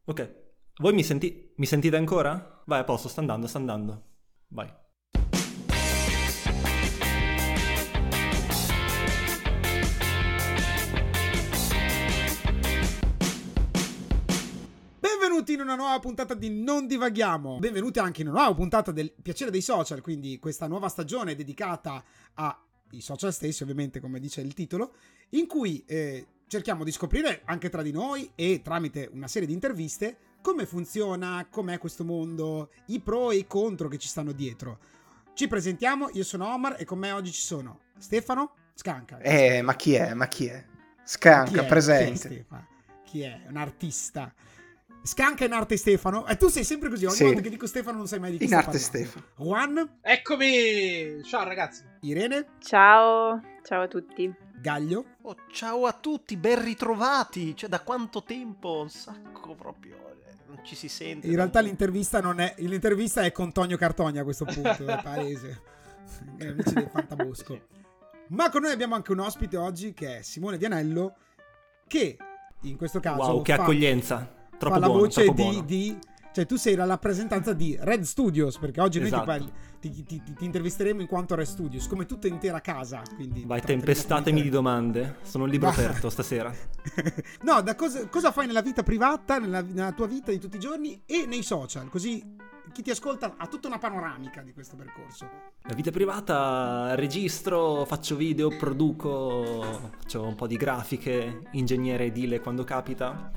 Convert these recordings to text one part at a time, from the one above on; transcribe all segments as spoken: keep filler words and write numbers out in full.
Ok, voi mi, senti- mi sentite ancora? Vai, a posto, sta andando, sta andando. Vai. Benvenuti in una nuova puntata di Non Divaghiamo. Benvenuti anche in una nuova puntata del Piacere dei Social, quindi questa nuova stagione dedicata ai social stessi, ovviamente, come dice il titolo, in cui eh, cerchiamo di scoprire anche tra di noi e tramite una serie di interviste come funziona, com'è questo mondo, i pro e i contro che ci stanno dietro. Ci presentiamo, io sono Omar e con me oggi ci sono Stefano Scanca. Eh, ma chi è? Ma chi è? Scanca, chi è? presente. Chi è, Stefano? Chi è? Un artista. Scanca in arte Stefano. E tu sei sempre così, ogni Sì. volta che dico Stefano non sai mai di chi In sto arte parlando. Stefano. Juan, Eccomi! Ciao ragazzi! Irene, Ciao, ciao a tutti. Gaglio, Oh, ciao a tutti, ben ritrovati. Cioè, da quanto tempo? Un sacco proprio. eh, Non ci si sente. in realtà non- l'intervista non è l'intervista è con Tonio Cartogna a questo punto, è palese. Gli amici del Fantabosco. Ma con noi abbiamo anche un ospite oggi che è Simone Dianello, che in questo caso Wow, che fa, accoglienza. Troppo fa la buono, voce troppo di, buono. di cioè tu sei la rappresentanza di Red Studios, perché oggi noi ti Esatto. parli- ti, ti- ti- ti intervisteremo in quanto Red Studios, come tutta intera casa, quindi Vai, tratteremo tempestatemi come di te. domande. Sono un libro Va. aperto stasera. No, da cosa, cosa fai nella vita privata, nella, nella tua vita di tutti i giorni e nei social, così chi ti ascolta ha tutta una panoramica di questo percorso. La vita privata, registro, faccio video, produco, faccio un po' di grafiche, ingegnere edile quando capita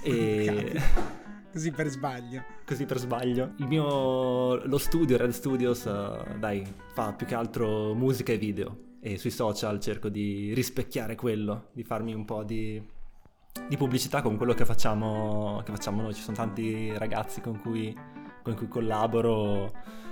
e Capita. Così per sbaglio. così per sbaglio. Il mio, lo studio, Red Studios, eh, dai, fa più che altro musica e video e sui social cerco di rispecchiare quello, di farmi un po' di, di pubblicità con quello che facciamo, che facciamo noi. Ci sono tanti ragazzi con cui, con cui collaboro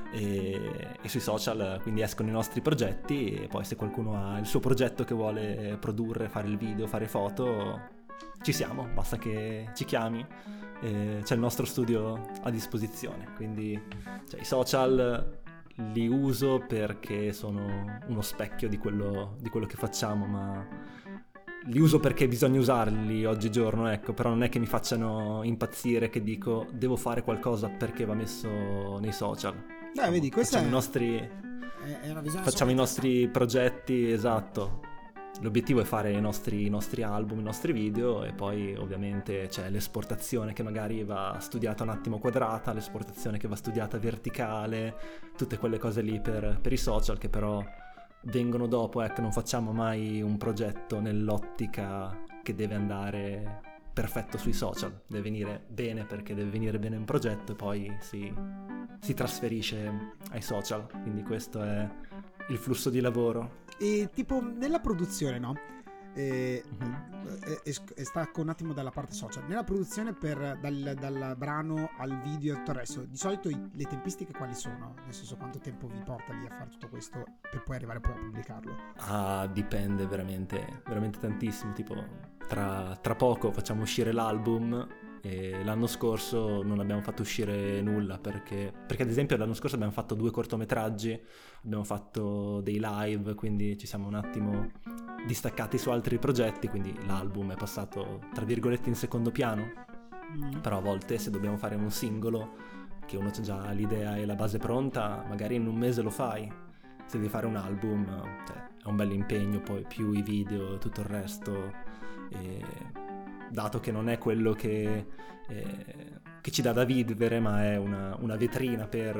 e, e sui social quindi escono i nostri progetti e poi se qualcuno ha il suo progetto che vuole produrre, fare il video, fare foto, ci siamo, basta che ci chiami. Eh, c'è il nostro studio a disposizione, quindi cioè, i social li uso perché sono uno specchio di quello, di quello che facciamo, ma li uso perché bisogna usarli oggigiorno, ecco, però non è che mi facciano impazzire che dico devo fare qualcosa perché va messo nei social. Beh, vedi, questa facciamo è, i nostri, è, è una visione facciamo i super nostri progetti, esatto. L'obiettivo è fare i nostri, i nostri album, i nostri video e poi ovviamente c'è l'esportazione che magari va studiata un attimo quadrata, l'esportazione che va studiata verticale, tutte quelle cose lì per, per i social che però vengono dopo, ecco, non facciamo mai un progetto nell'ottica che deve andare perfetto sui social, deve venire bene perché deve venire bene un progetto e poi si, si trasferisce ai social, quindi questo è il flusso di lavoro. E tipo nella produzione, no? E, Mhm. e- e- e stacco un attimo dalla parte social. Nella produzione per, dal, dal brano al video e tutto il resto, di solito i- le tempistiche quali sono? Nel senso, quanto tempo vi porta via a fare tutto questo per poi arrivare poi a pubblicarlo? Ah, dipende veramente, veramente tantissimo, tipo tra, tra poco facciamo uscire l'album e l'anno scorso non abbiamo fatto uscire nulla perché, perché ad esempio l'anno scorso abbiamo fatto due cortometraggi, abbiamo fatto dei live, quindi ci siamo un attimo distaccati su altri progetti, quindi l'album è passato tra virgolette in secondo piano, Mm. però a volte se dobbiamo fare un singolo che uno c'ha già l'idea e la base pronta, magari in un mese lo fai. Se devi fare un album, cioè, è un bel impegno, poi più i video e tutto il resto, e dato che non è quello che, eh, che ci dà da vivere, ma è una, una vetrina per,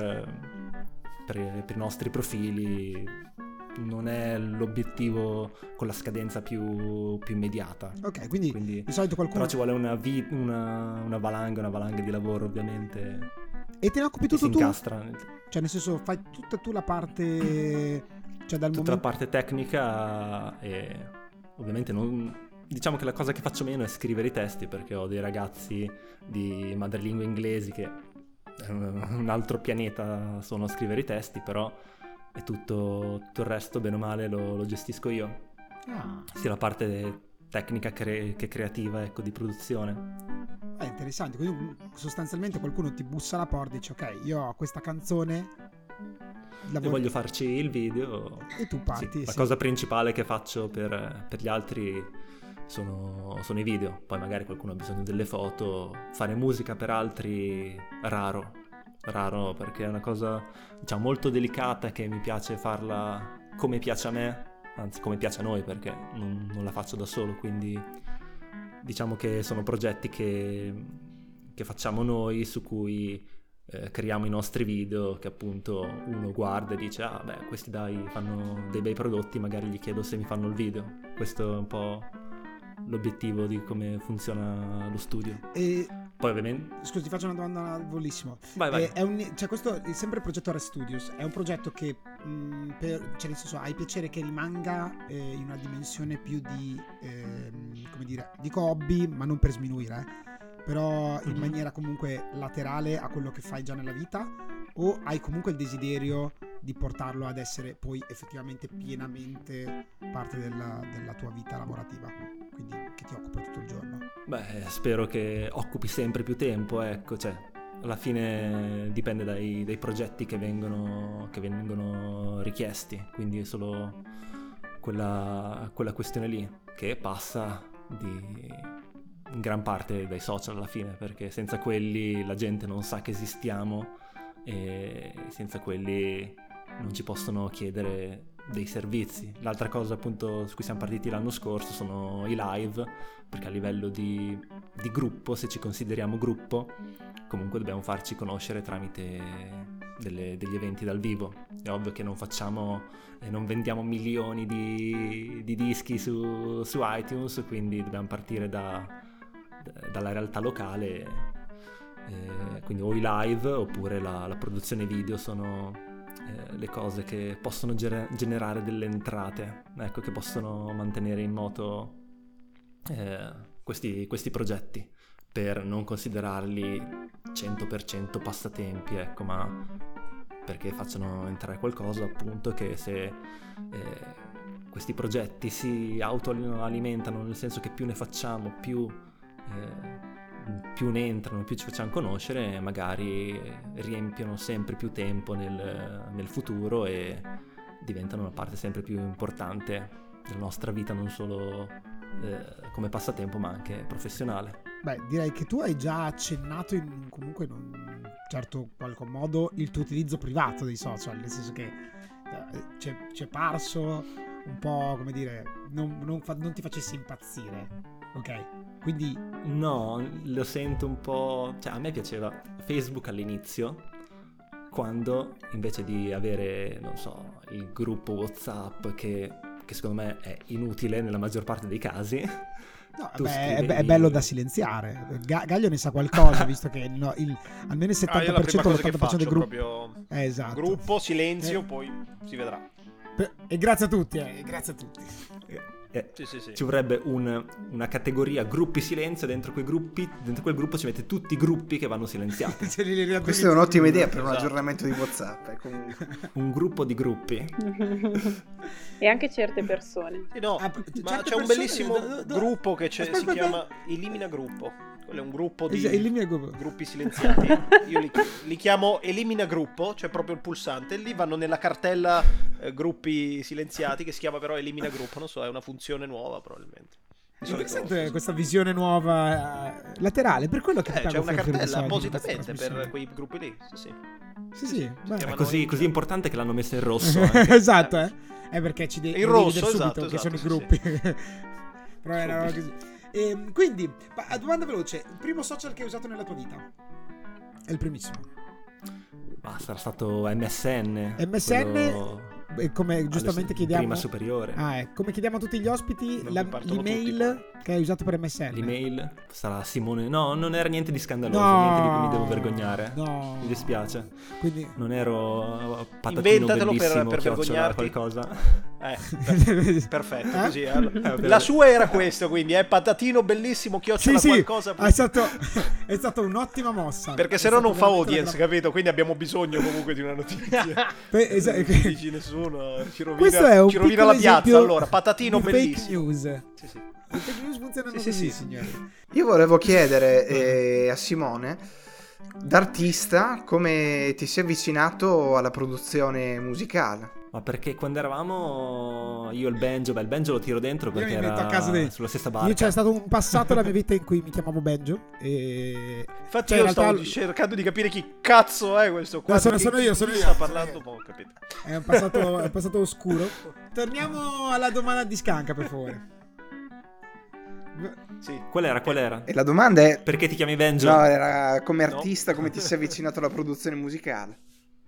per, per i nostri profili, non è l'obiettivo con la scadenza più, più immediata. Ok, quindi, Quindi di solito qualcuno... però ci vuole una, vi- una, una valanga, una valanga di lavoro ovviamente, E te ne occupi che si tutto tu? incastra. Cioè, nel senso, fai tutta tu la parte... Cioè, dal Tutta la momento... parte tecnica e ovviamente non... Diciamo che la cosa che faccio meno è scrivere i testi perché ho dei ragazzi di madrelingua inglesi che è un un altro pianeta sono a scrivere i testi, però è tutto, tutto il resto bene o male lo, lo gestisco io, Ah, sia la parte tecnica cre- che creativa, ecco, di produzione. è interessante. Quindi sostanzialmente qualcuno ti bussa alla porta e dice ok, io ho questa canzone, la E voglio- voglio farci il video. e tu parti. Sì, la sì. cosa principale che faccio per, per gli altri sono, sono i video. Poi magari qualcuno ha bisogno delle foto. Fare musica per altri raro, raro perché è una cosa, diciamo, molto delicata, che mi piace farla come piace a me, anzi come piace a noi, perché non, non la faccio da solo, quindi diciamo che sono progetti che, che facciamo noi, su cui eh, creiamo i nostri video, che appunto uno guarda e dice ah beh, questi dai fanno dei bei prodotti, magari gli chiedo se mi fanno il video. Questo è un po' l'obiettivo di come funziona lo studio. E poi ovviamente scusi, ti faccio una domanda al volissimo. vai vai Eh, è un, cioè questo è sempre il progetto Red Studios, è un progetto che mh, per, cioè nel senso hai piacere che rimanga eh, in una dimensione più di ehm, come dire, dico hobby, ma non per sminuire, eh, però in Mhm. maniera comunque laterale a quello che fai già nella vita, o hai comunque il desiderio di portarlo ad essere poi effettivamente pienamente parte della, della tua vita lavorativa, quindi che ti occupa tutto il giorno? Beh, spero che occupi sempre più tempo, ecco, cioè, alla fine dipende dai, dai progetti che vengono, che vengono richiesti, quindi è solo quella, quella questione lì, che passa di, in gran parte dai social alla fine, perché senza quelli la gente non sa che esistiamo e senza quelli non ci possono chiedere dei servizi. L'altra cosa appunto su cui siamo partiti l'anno scorso sono i live, perché a livello di, di gruppo, se ci consideriamo gruppo, comunque dobbiamo farci conoscere tramite delle- degli eventi dal vivo. È ovvio che non facciamo e non vendiamo milioni di, di dischi su, su iTunes, quindi dobbiamo partire da, da- dalla realtà locale. Eh, quindi o i live oppure la, la produzione video sono eh, le cose che possono ger- generare delle entrate, ecco, che possono mantenere in moto eh, questi, questi progetti, per non considerarli cento per cento passatempi, ecco, ma perché facciano entrare qualcosa, appunto, che se eh, questi progetti si autoalimentano, nel senso che più ne facciamo, più eh, più ne entrano, più ci facciamo conoscere, magari riempiono sempre più tempo nel, nel futuro e diventano una parte sempre più importante della nostra vita, non solo eh, come passatempo ma anche professionale. Beh, direi che tu hai già accennato in comunque in un certo qualche modo il tuo utilizzo privato dei social, nel senso che eh, c'è, c'è parso un po', come dire, non, non, fa- non ti facessi impazzire, ok? Quindi No, lo sento un po', cioè a me piaceva Facebook all'inizio, quando invece di avere, non so, il gruppo WhatsApp che, che secondo me è inutile nella maggior parte dei casi. no, Tu beh, è, scrivevi- è bello da silenziare. Ga- Gaglio ne sa qualcosa, visto che no, il, almeno il Ah, io settanta la per prima cento cosa che l'ottanta per cento faccio dei è gruppi. proprio Eh, esatto. gruppo, silenzio, Eh. poi si vedrà. Per- E grazie a tutti, eh, grazie a tutti. Eh, Sì, sì, sì. Ci vorrebbe un- una categoria gruppi silenzio, dentro quei gruppi, dentro quel gruppo ci mette tutti i gruppi che vanno silenziati. Ce li riattivizzi Questa è un'ottima idea per un Esatto. aggiornamento di WhatsApp. eh, comunque. Un gruppo di gruppi. E anche certe persone. Sì, no, Ah, p- ma certe c'è un persone- bellissimo do- do- gruppo che c'è, Aspetta, si aspetta. chiama Elimina Gruppo. Quello è un gruppo di Esatto, il mio gruppo. gruppi silenziati. Io li, li chiamo Elimina Gruppo, c'è proprio il pulsante. Lì vanno nella cartella eh, gruppi silenziati, che si chiama però Elimina Gruppo. Non so, è una funzione nuova probabilmente. Di solito- Interessante questa visione nuova eh, laterale, per quello che ti Eh, c'è pago una per- per i cartella soldi in questa appositamente per trasmissione. quei gruppi lì. Sì, sì. Sì, sì, beh. È chiama- così, così importante che l'hanno messo in rosso. anche. Esatto, eh. È perché ci de- Il lo devi rosso, vedere subito esatto, che esatto, sono i sì, gruppi. Però era una roba così. Ehm, quindi, pa- domanda veloce, il primo social che hai usato nella tua vita? È il primissimo. Ma sarà stato M S N. M S N, quello E come giustamente alle- chiediamo Prima superiore. Ah, eh, come chiediamo a tutti gli ospiti, Non la- mi partono l'email tutti, che hai usato per M S N. L'email sarà Simone. No, non era niente di scandaloso, No, niente di cui mi devo vergognare. no. Mi dispiace. Quindi Non ero patatino Inventatelo per- bellissimo, per chiocciola vergognarti. qualcosa. Eh, per- perfetto, Eh? così. eh. per- La sua era questo, quindi è patatino bellissimo, sì, chiocciola sì, qualcosa. è stato è stata un'ottima mossa. Perché È se no stato non fa veramente audience, una capito? Quindi abbiamo bisogno comunque di una notizia. gra- Pe- esa- Non dici nessuno, ci rovina, Questo è un ci rovina piccolo la piazza. esempio Allora, patatino di fake bellissimo. news. Sì, sì. Le fake news funzionano Sì, sì, così, sì. signori. Io volevo chiedere eh, a Simone, d'artista, come ti sei avvicinato alla produzione musicale? Ma perché quando eravamo io e il Benjo, beh il Benjo lo tiro dentro Io perché mi metto era a casa dei- sulla stessa barca. Io c'è stato un passato della mia vita in cui mi chiamavo Benjo e Infatti cioè, io in stavo realtà cercando di capire chi cazzo è questo qua. No, sono- di sono chi io, sono io. sta parlando, boh, ho capito. è un passato, è un passato oscuro. Torniamo alla domanda di Scanca, per favore. Sì. Qual era? Qual era? E la domanda è... Perché ti chiami Benjo? No, era come No. artista, come ti sei avvicinato alla produzione musicale?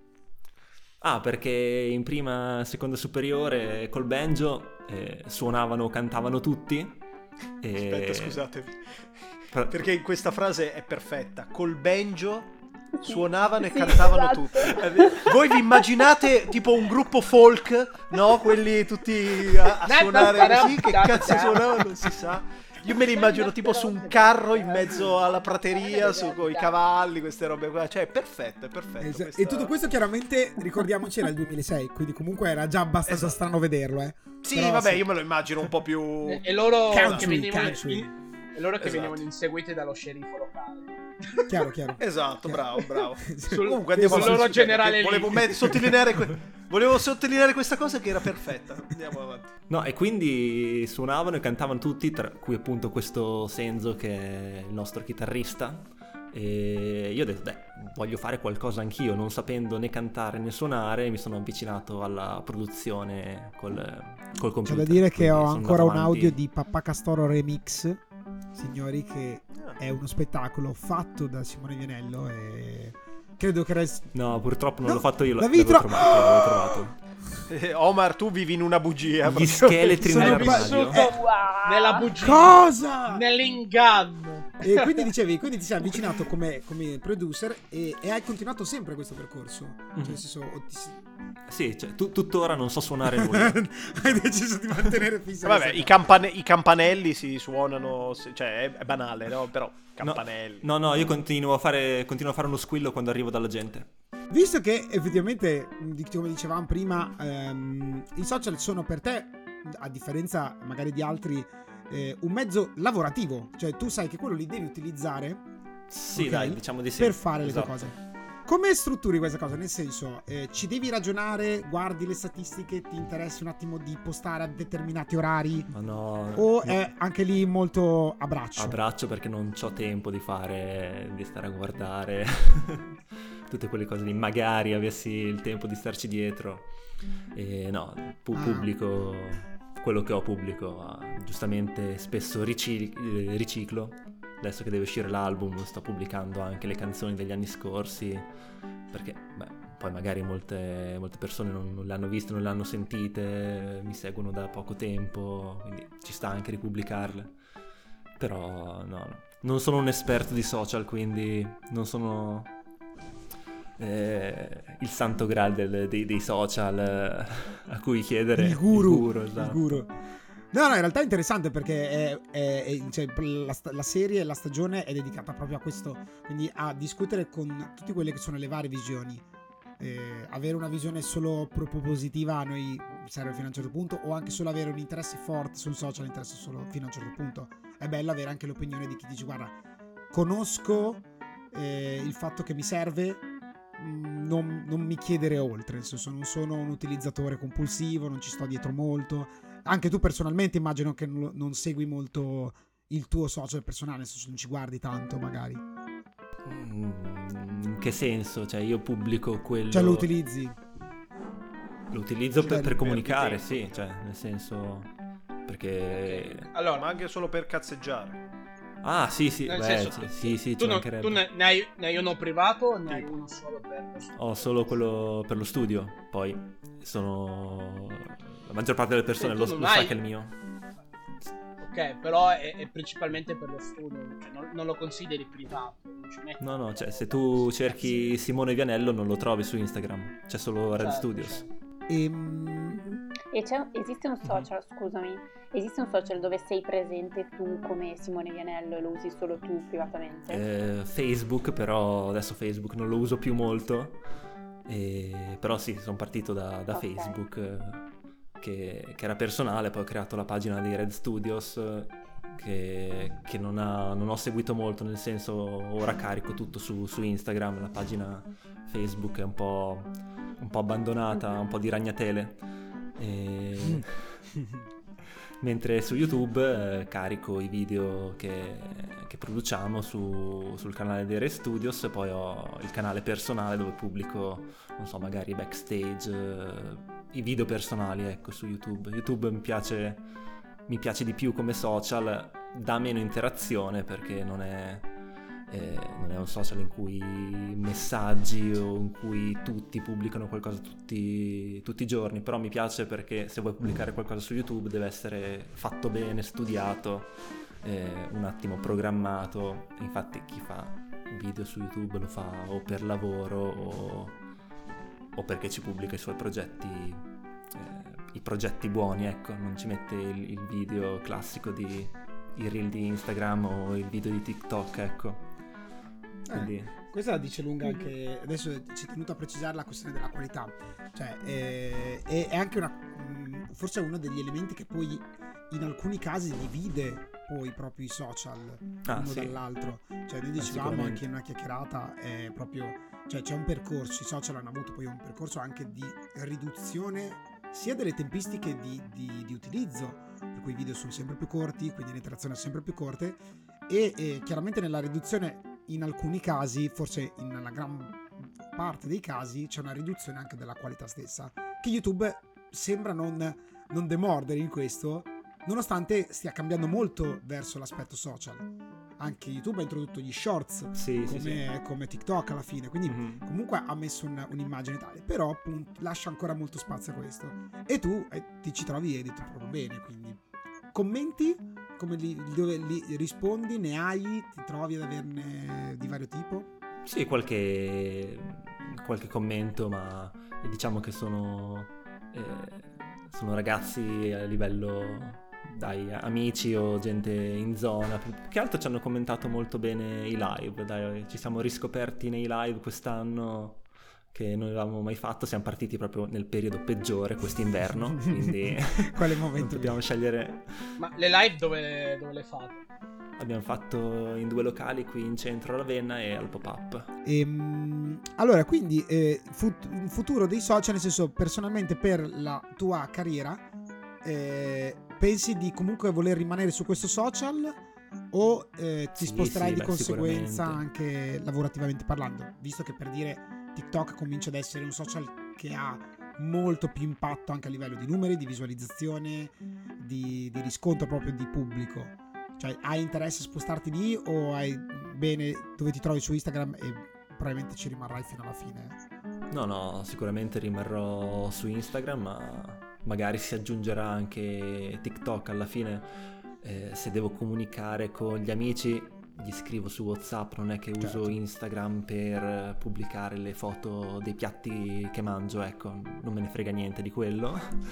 Ah, perché in prima, seconda superiore col banjo eh, suonavano, cantavano tutti. E... Aspetta, scusatevi. Per- Perché in questa frase è perfetta. Col banjo suonavano e Sì, cantavano esatto. tutti. Voi vi immaginate tipo un gruppo folk, no? Quelli tutti a, a suonare così, che cazzo suonavano non si sa. Io me li immagino tipo su un carro in mezzo alla prateria, su con i cavalli, queste robe qua. Cioè, è perfetto, è perfetto. Esatto. questa- E tutto questo chiaramente, ricordiamoci, era il duemilasei, quindi comunque era già abbastanza Esatto. strano vederlo, eh. Sì, Però vabbè, sì. io me lo immagino un po' più... E e loro che Country, venivano, country. in- e loro che Esatto. venivano inseguiti dallo sceriffo locale. Chiaro, chiaro. Esatto, bravo, bravo. Sul- Comunque andiamo sul avanti. loro generale lì. Volevo met- sottolineare, que- volevo sottolineare questa cosa che era perfetta. Andiamo avanti. No, e quindi suonavano e cantavano tutti, tra cui appunto questo Senzo che è il nostro chitarrista. E io ho detto, beh, voglio fare qualcosa anch'io, non sapendo né cantare né suonare, mi sono avvicinato alla produzione col, col C'è computer. da dire che Quindi ho sono ancora andato un avanti. audio di Papà Castoro Remix, signori, che è uno spettacolo fatto da Simone Vianello e credo che res- No, purtroppo non No, l'ho fatto io, l'avevi l'avevo tro- trovato, l'avevo trovato. Eh, Omar, tu vivi in una bugia. Gli proprio. scheletri Sono nell'armadio. vissuto- Wow. Nella bugia. Cosa? Nell'inganno. E quindi dicevi, quindi ti sei avvicinato come, come producer e, e hai continuato sempre questo percorso. Cioè, Mhm. nel senso, o ti si- Sì, cioè, tu- tuttora non so suonare nulla. hai deciso di mantenere fissa Vabbè, questa i, cosa. campane- i campanelli si suonano, se- cioè è, è banale, no? Però campanelli. No, no, io continuo a fare, continuo a fare uno squillo quando arrivo dalla gente. Visto che effettivamente, di- come dicevamo prima, ehm, i social sono per te, a differenza magari di altri, eh, un mezzo lavorativo. Cioè tu sai che quello li devi utilizzare Sì, ok, dai, diciamo di sì. per fare le Esatto. tue cose. Come strutturi questa cosa? Nel senso, eh, ci devi ragionare, guardi le statistiche, ti interessi un attimo di postare a determinati orari? Ma no, O no, è anche lì molto a braccio? a braccio perché non c'ho tempo di fare, di stare a guardare tutte quelle cose lì. Magari avessi il tempo di starci dietro. E no, pu- Ah. pubblico quello che ho pubblico. ah, Giustamente spesso rici- eh, riciclo. Adesso che deve uscire l'album sto pubblicando anche le canzoni degli anni scorsi. Perché, beh, poi magari molte, molte persone non, non le hanno viste, non le hanno sentite, mi seguono da poco tempo, quindi ci sta anche ripubblicarle. Però no, no. Non sono un esperto di social, quindi non sono eh, il santo graal del- dei, dei social eh, a cui chiedere Il guru, il guru, il esatto. guru. No, no, in realtà è interessante perché è, è- è- cioè, la, sta- la serie, la stagione è dedicata proprio a questo, quindi a discutere con tutte quelle che sono le varie visioni. Eh, avere una visione solo propositiva a noi serve fino a un certo punto, o anche solo avere un interesse forte su un social interessa solo fino a un certo punto. È bello avere anche l'opinione di chi dice guarda, conosco eh, il fatto che mi serve, mh, non, non mi chiedere oltre, nel senso non sono un utilizzatore compulsivo, non ci sto dietro molto. Anche tu personalmente immagino che non, non segui molto il tuo social personale, nel senso non ci guardi tanto magari. Mm, In che senso? Cioè io pubblico quello... Cioè lo utilizzi? Lo utilizzo per, Cioè, per comunicare, perdi sì, cioè nel senso... Perché... Allora, Ma anche solo per cazzeggiare. Ah sì sì, nel beh, senso, sì, sì, sì, tu, ci non- mancherebbe. tu ne, ne hai, ne hai uno privato o ne hai uno solo per lo studio? Ho solo quello per lo studio, poi sono... La maggior parte delle persone Tu lo, non lo sa hai- che è il mio. Ok, però è, è principalmente per lo studio, cioè non, non lo consideri privato. Non ci metti- No, no, cioè se tu cerchi Simone Vianello non lo trovi su Instagram, c'è solo Red Certo, Studios. certo. Ehm, E c'è, esiste un social, scusami, esiste un social dove sei presente tu come Simone Vianello e lo usi solo tu privatamente? Eh, Facebook, però adesso Facebook non lo uso più molto. E- Però sì, sono partito da, da Ok. Facebook eh, che, che era personale, poi ho creato la pagina di Red Studios eh, che, che non, ha- non ho seguito molto, nel senso ora carico tutto su, su Instagram, la pagina Facebook è un po', un po' abbandonata, un po' di ragnatele. E... mentre su YouTube eh, carico i video che, che produciamo su, sul canale dei Re Studios, e poi ho il canale personale dove pubblico, non so, magari backstage, eh, i video personali, ecco, su YouTube. YouTube mi piace, mi piace di più come social, dà meno interazione perché non è, eh, non è un social in cui messaggi o in cui tutti pubblicano qualcosa tutti, tutti i giorni, però mi piace perché se vuoi pubblicare qualcosa su YouTube deve essere fatto bene, studiato, eh, un attimo programmato. Infatti chi fa video su YouTube lo fa o per lavoro o, o perché ci pubblica i suoi progetti, eh, i progetti buoni, ecco, non ci mette il, il video classico di il reel di Instagram o il video di TikTok, ecco. Quindi... Eh, questa la dice lunga anche adesso, ci è tenuto a precisare la questione della qualità, cioè eh, è, è anche una forse uno degli elementi che poi in alcuni casi divide poi proprio i social ah, uno sì. dall'altro, cioè noi dicevamo anche in una chiacchierata, è proprio, cioè c'è un percorso, i social hanno avuto poi un percorso anche di riduzione sia delle tempistiche di, di, di utilizzo, per cui i video sono sempre più corti, quindi le interazioni sono sempre più corte, e, e chiaramente nella riduzione in alcuni casi, forse nella gran parte dei casi, c'è una riduzione anche della qualità stessa, che YouTube sembra non, non demordere in questo, nonostante stia cambiando molto verso l'aspetto social. Anche YouTube ha introdotto gli shorts, sì, come, sì, sì. come TikTok alla fine, quindi mm-hmm. comunque ha messo un, un'immagine tale, però appunto lascia ancora molto spazio a questo, e tu eh, ti ci trovi, hai detto proprio bene, quindi commenti come li, dove li rispondi, ne hai, ti trovi ad averne di vario tipo? Sì, qualche qualche commento, ma diciamo che sono eh, sono ragazzi a livello, dai, amici o gente in zona. Più che altro ci hanno commentato molto bene i live, dai, ci siamo riscoperti nei live quest'anno che non avevamo mai fatto, siamo partiti proprio nel periodo peggiore quest'inverno, quindi quale momento dobbiamo scegliere. Ma le live dove, dove le fate? Abbiamo fatto in due locali, qui in centro a Ravenna e al Pop-Up. Ehm, allora, quindi eh, fut- un futuro dei social, nel senso, personalmente per la tua carriera eh, pensi di comunque voler rimanere su questo social o eh, ti Sì, sposterai sì, di beh, conseguenza sicuramente. anche lavorativamente parlando, visto che per dire TikTok comincia ad essere un social che ha molto più impatto anche a livello di numeri, di visualizzazione, di, di riscontro proprio di pubblico. Cioè, hai interesse a spostarti lì o hai bene dove ti trovi su Instagram e probabilmente ci rimarrai fino alla fine? No, no, sicuramente rimarrò su Instagram, ma magari si aggiungerà anche TikTok alla fine. Eh, se devo comunicare con gli amici gli scrivo su WhatsApp, non è che certo. uso Instagram per pubblicare le foto dei piatti che mangio, ecco, non me ne frega niente di quello.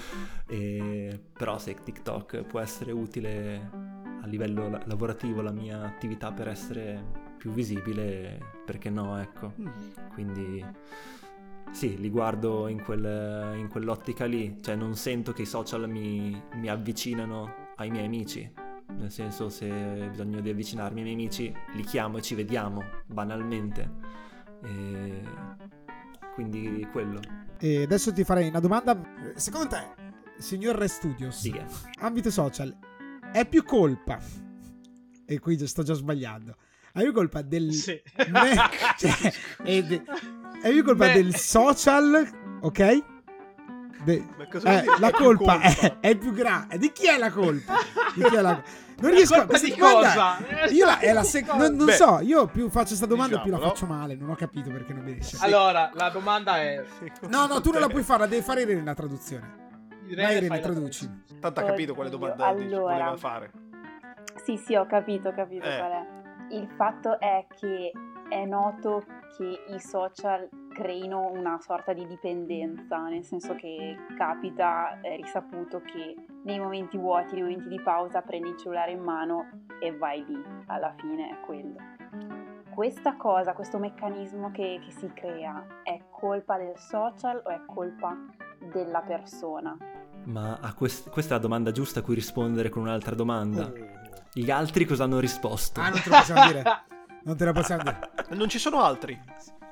E, però se TikTok può essere utile a livello la- lavorativo, la mia attività, per essere più visibile, perché no, ecco. Mm. Quindi sì, li guardo in, quel, in quell'ottica lì, cioè non sento che i social mi, mi avvicinano ai miei amici. Nel senso, se ho bisogno di avvicinarmi ai miei amici, li chiamo e ci vediamo, banalmente. E quindi quello. E adesso ti farei una domanda. Secondo te, signor Re Studios, Dica. ambito social, è più colpa, e qui sto già sbagliando, è più colpa del Sì. me- cioè, è, de- è più colpa Beh. del social, ok? De- Ma cosa eh, vuol dire la è più colpa, colpa? È, è più grande. Di chi è la colpa? Di chi è la non La riesco a colpa questa di domanda- cosa? Io la, è la sec- non, non Beh, so, io più faccio questa domanda più la diciamolo. faccio male, non ho capito perché non mi riesce. Allora, la domanda è... No, no, tu non la puoi fare, la devi fare Irene la traduzione. Irene, Vai fai Irene, la traduci. traduzione. Tanto ha capito quale Oddio, domanda dice- allora. voleva fare. Sì, sì, ho capito, ho capito Eh. qual è. Il fatto è che è noto che i social creino una sorta di dipendenza, nel senso che capita, è risaputo che nei momenti vuoti, nei momenti di pausa, prendi il cellulare in mano e vai lì, alla fine è quello. Questa cosa, questo meccanismo che, che si crea, è colpa del social o è colpa della persona? Ma a quest- questa è la domanda giusta a cui rispondere con un'altra domanda. Oh. Gli altri cosa hanno risposto? Ah, non te lo possiamo dire. Non te lo possiamo dire. Non ci sono altri.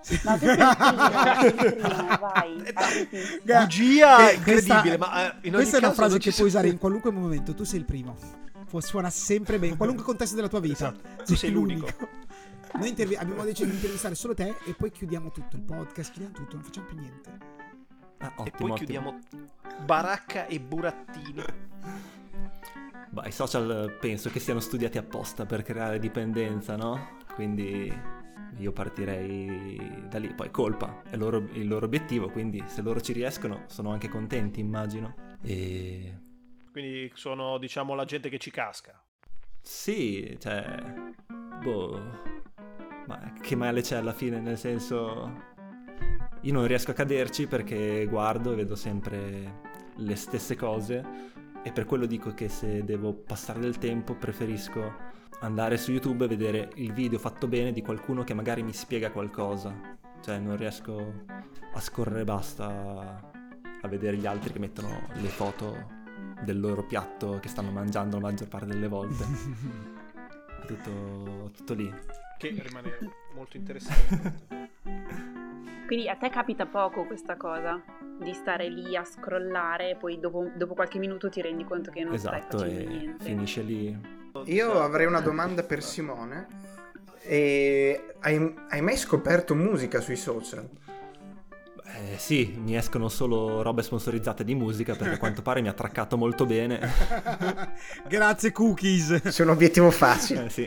No, tu sei il primo, sei il primo, vai. apriti. Bugia Eh, questa- incredibile, ma eh, in ogni Questa è una caso frase non che ci puoi sono- usare in qualunque momento. Tu sei il primo. Fu- Suona sempre bene, in qualunque contesto della tua vita. Esatto. Tu sei l'unico. Noi intervi- abbiamo deciso di intervistare solo te e poi chiudiamo tutto il podcast, chiudiamo tutto, non facciamo più niente. Ah, ottimo, E poi ottimo. chiudiamo baracca e burattini. Bah, i social penso che siano studiati apposta per creare dipendenza, no? Quindi io partirei da lì. Poi colpa, è loro- il loro obiettivo, quindi se loro ci riescono sono anche contenti, immagino. E Quindi sono, diciamo, la gente che ci casca. sì, cioè, boh, ma che male c'è alla fine, nel senso, io non riesco a caderci perché guardo e vedo sempre le stesse cose e per quello dico che se devo passare del tempo preferisco andare su YouTube e vedere il video fatto bene di qualcuno che magari mi spiega qualcosa, cioè non riesco a scorrere e basta a vedere gli altri che mettono le foto del loro piatto che stanno mangiando la maggior parte delle volte. È tutto, tutto lì. Che rimane molto interessante. Quindi a te capita poco questa cosa di stare lì a scrollare e poi dopo, dopo qualche minuto ti rendi conto che non Esatto, stai facendo e niente. finisce lì. Io avrei una domanda per Simone. E hai, hai mai scoperto musica sui social? Eh, sì, mi escono solo robe sponsorizzate di musica perché a quanto pare mi ha traccato molto bene. Grazie cookies. C'è un obiettivo facile. Eh, sì.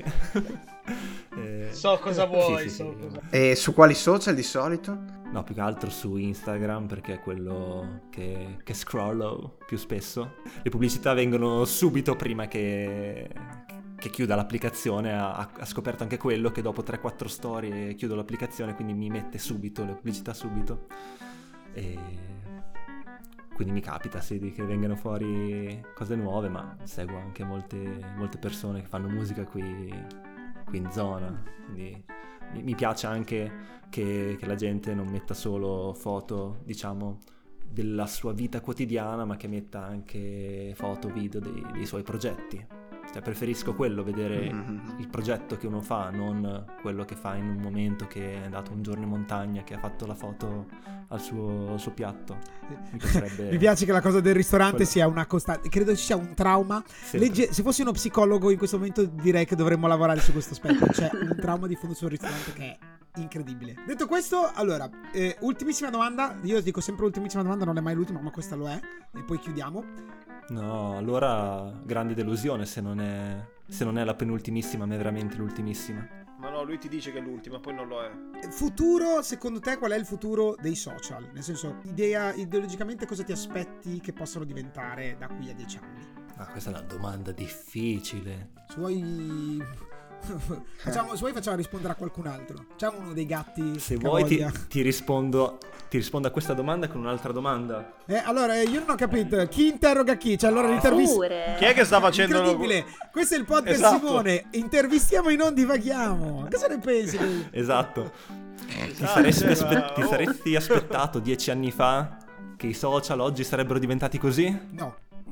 Eh, So cosa vuoi, sì, sì, so sì. cosa- E su quali social di solito? No, più che altro su Instagram perché è quello che, che scrollo più spesso. Le pubblicità vengono subito prima che, che chiuda l'applicazione. Ha, ha scoperto anche quello che dopo tre quattro storie chiudo l'applicazione, quindi mi mette subito le pubblicità subito. E quindi mi capita sì di che vengano fuori cose nuove, ma seguo anche molte, molte persone che fanno musica qui, qui in zona. Quindi mi, mi piace anche che, che la gente non metta solo foto, diciamo, della sua vita quotidiana, ma che metta anche foto, video dei, dei suoi progetti. Cioè, preferisco quello, vedere Mhm. il progetto che uno fa, non quello che fa in un momento, che è andato un giorno in montagna, che ha fatto la foto al suo, al suo piatto. Mi piacerebbe... Mi piace che la cosa del ristorante Quello. sia una costante. Credo ci sia un trauma. Sempre. Legge- se fossi uno psicologo in questo momento direi che dovremmo lavorare su questo aspetto. C'è un trauma di fondo sul ristorante che è incredibile. Detto questo, allora, eh, ultimissima domanda. Io dico sempre ultimissima domanda, non è mai l'ultima, ma questa lo è. E poi chiudiamo. No, allora grande delusione se non è, se non è la penultimissima, ma è veramente l'ultimissima. Ma no, lui ti dice che è l'ultima, poi non lo è. Futuro, secondo te, qual è il futuro dei social? Nel senso, idea, ideologicamente cosa ti aspetti che possano diventare da qui a dieci anni? Ma questa è una domanda difficile. Se vuoi... facciamo, se vuoi facciamo rispondere a qualcun altro. Facciamo uno dei gatti. Se che vuoi ti, voglia. ti rispondo ti rispondo a questa domanda con un'altra domanda. Eh, allora, eh, io non ho capito. Chi interroga chi? Cioè, allora l'intervista... Pure. Chi è che sta facendo? Incredibile. Questo è il podcast Esatto. Simone. Intervistiamo e non divaghiamo. Cosa ne pensi? Esatto. Ti Esatto, saresti, ma- aspe- ti oh. saresti aspettato dieci anni fa che i social oggi sarebbero diventati così? No.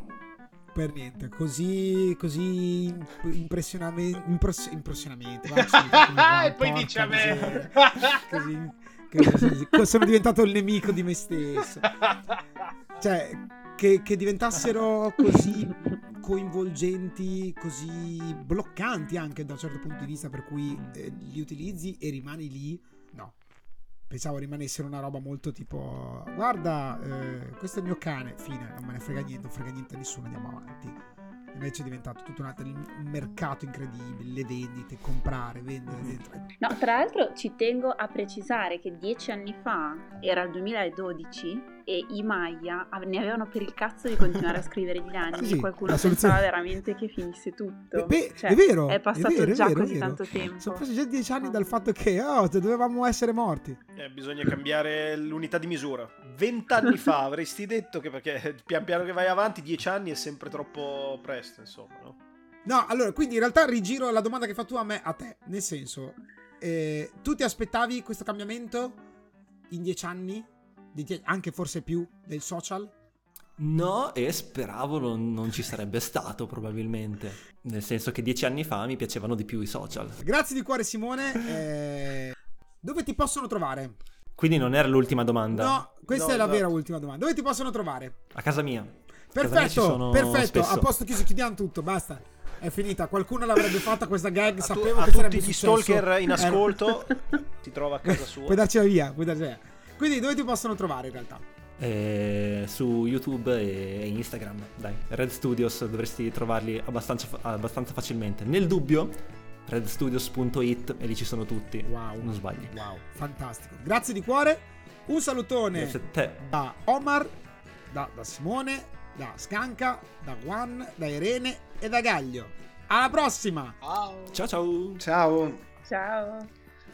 Per niente. Così... Così... Impressionamente... Impress- impressionamente. va, sì, Ah, e poi porca dice a me. miseria. Così... così- così- sono diventato il nemico di me stesso. Cioè, che, che diventassero così coinvolgenti, così bloccanti anche da un certo punto di vista, per cui eh, li utilizzi e rimani lì. No. Pensavo rimanessero una roba molto tipo, guarda, eh, questo è il mio cane, fine, non me ne frega niente, non frega niente a nessuno, andiamo avanti. Invece è diventato tutto un altro un mercato incredibile, le vendite, comprare, vendere dentro. No, tra l'altro ci tengo a precisare che dieci anni fa era il duemiladodici e i Maya av- ne avevano per il cazzo di continuare a scrivere gli anni Sì, sì, e qualcuno la soluzione- pensava veramente che finisse tutto. Beh, Cioè, è vero, è passato vero, è già vero, è così vero. tanto tempo. Sono passati già dieci anni dal fatto che oh, dovevamo essere morti. Eh, bisogna cambiare l'unità di misura. Vent'anni fa avresti detto che, perché pian piano che vai avanti, dieci anni è sempre troppo presto, insomma, no? No, allora, quindi in realtà rigiro la domanda che fa tu a me, a te. Nel senso, eh, tu ti aspettavi questo cambiamento in dieci anni? Di die- anche forse più del social? No, e speravo non, non ci sarebbe stato probabilmente. Nel senso che dieci anni fa mi piacevano di più i social. Grazie di cuore Simone. Eh, dove ti possono trovare? Quindi non era l'ultima domanda. No, questa No, è la esatto. vera ultima domanda. Dove ti possono trovare? A casa mia. A casa mia ci Perfetto, sono perfetto. spesso. A posto, chiuso, chiudiamo tutto, basta. È finita. Qualcuno l'avrebbe fatta questa gag. A, tu- Sapevo a che sarebbe tutti gli successo. stalker in Eh, ascolto, si trova a casa sua. Puoi darcela via, puoi darcela via. Quindi dove ti possono trovare in realtà? Eh, su YouTube e Instagram, dai. Red Studios dovresti trovarli abbastanza, abbastanza facilmente. Nel dubbio, red studios punto it e lì ci sono tutti. Wow. Non sbagli. Wow, fantastico. Grazie di cuore. Un salutone Grazie a te. da Omar, da, da Simone, da Scanca, da Juan, da Irene e da Gaglio. Alla prossima! Ciao. Ciao ciao. Ciao. Ciao.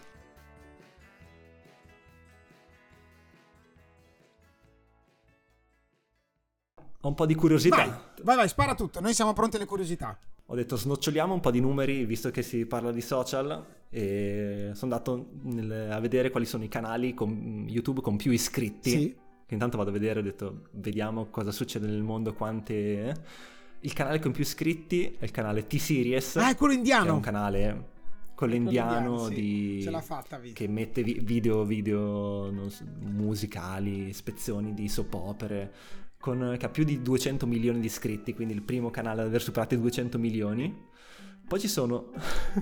Ho un po' di curiosità. Vai, vai, vai, spara tutto. Noi siamo pronti alle curiosità. Ho detto snoccioliamo un po' di numeri visto che si parla di social e sono andato nel- a vedere quali sono i canali con YouTube con più iscritti. Sì. Che intanto vado a vedere, ho detto vediamo cosa succede nel mondo, quante... eh. Il canale con più iscritti è il canale T-Series. Ah, è quello Che è indiano. un canale quello indiano sì. di... Ce l'ha fatta, visto. che mette vi- video, video non so, musicali, ispezioni di soap opere, con, che ha più di duecento milioni di iscritti, quindi il primo canale ad aver superato i duecento milioni. Poi ci sono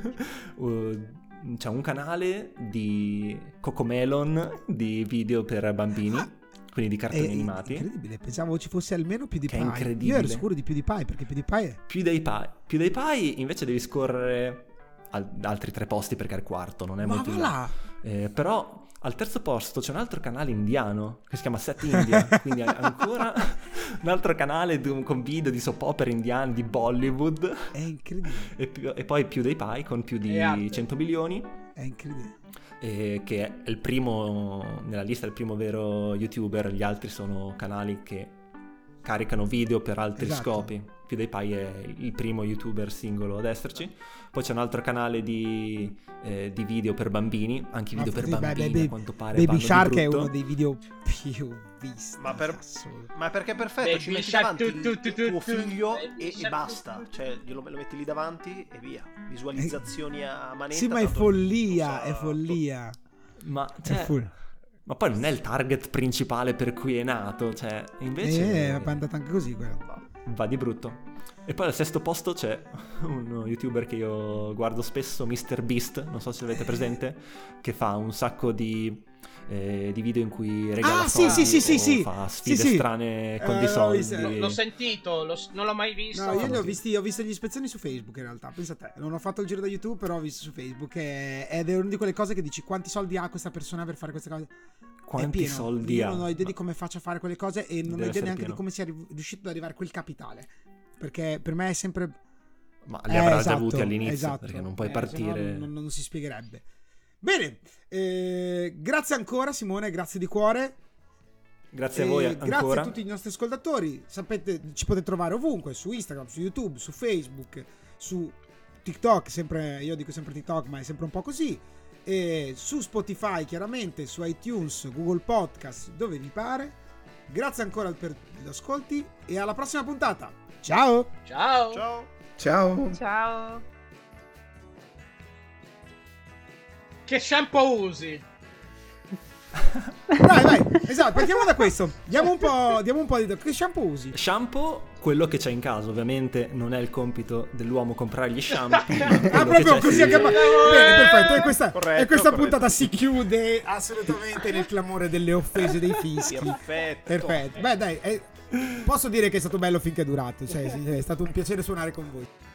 uh, c'è un canale di Cocomelon, di video per bambini, quindi di cartoni È animati. incredibile, pensavo ci fosse almeno più di Che è Pi. incredibile. Io ero sicuro di più di Pi, perché più di Pi è... PewDiePie. PewDiePie invece devi scorrere ad altri tre posti perché è il quarto, non è Ma molto va in là. là! Eh, però al terzo posto c'è un altro canale indiano che si chiama Set India, quindi è ancora un altro canale di- con video di soap opera indiani, di Bollywood, È incredibile, e, più- e poi PewDiePie con più di E arte. cento milioni, è incredibile. eh, che è il primo, nella lista è il primo vero YouTuber, gli altri sono canali che caricano video per altri Esatto. scopi. PewDiePie è il primo YouTuber singolo ad esserci. Poi c'è un altro canale di, eh, di video per bambini, anche i Ma video per sì, beh, bambini beh, a quanto pare Baby vanno di Shark è brutto. uno dei video più visti. Ma per- assoluto. Ma perché è perfetto, Baby ci metti Shark, davanti tu, tu, tu, tu, tuo tu, figlio Baby e, e Shark, basta, tu, tu. cioè glielo lo metti lì davanti e via. Visualizzazioni a manetta. Sì, ma è tanto follia, lo sa è follia. Ma, È cioè, full. ma poi non è il target principale per cui è nato, cioè invece Eh, è andata anche così quello. va di brutto. E poi al sesto posto c'è un youtuber che io guardo spesso, MrBeast, non so se avete presente, che fa un sacco di, eh, di video in cui regala Ah, sì, soldi sì, sì, o sì, fa sì, sfide sì. strane con Eh, dei l'ho soldi. visto. L'ho, l'ho sentito, l'ho- non l'ho mai visto. No, io li ho visti, ho visto gli ispezioni su Facebook in realtà, pensa a te. Non ho fatto il giro da YouTube, però ho visto su Facebook e- ed è una di quelle cose che dici quanti soldi ha questa persona per fare queste cose. Quanti È pieno. soldi Io ha? non ho idea di come faccia a fare quelle cose e non ho Deve idea essere neanche pieno. di come sia ri- riuscito ad arrivare a quel capitale. Perché per me è sempre... Ma li Eh, avrà già esatto, avuti all'inizio, esatto. perché non puoi Eh, se no partire... non, non si spiegherebbe. Bene, eh, grazie ancora Simone, grazie di cuore. Grazie a E voi grazie ancora. a tutti i nostri ascoltatori. Sapete, ci potete trovare ovunque, su Instagram, su YouTube, su Facebook, su TikTok, sempre, io dico sempre TikTok, ma è sempre un po' così. E su Spotify, chiaramente, su iTunes, Google Podcast, dove vi pare. Grazie ancora per gli ascolti e alla prossima puntata. Ciao! Ciao. Ciao. Ciao. Ciao. Che shampoo usi? Dai, vai, esatto, partiamo da questo. Diamo un po', diamo un po' di... Che shampoo usi? Shampoo, quello che c'è in casa, ovviamente non è il compito dell'uomo comprare gli shampoo. Ah, Quello che proprio c'è così si- a gamba- Bene, perfetto. E questa, Corretto, e questa corretto. puntata si chiude assolutamente nel clamore delle offese dei fischi. Perfetto. Perfetto. Beh, dai, eh, posso dire che è stato bello finché è durato. Cioè, sì, è stato un piacere suonare con voi.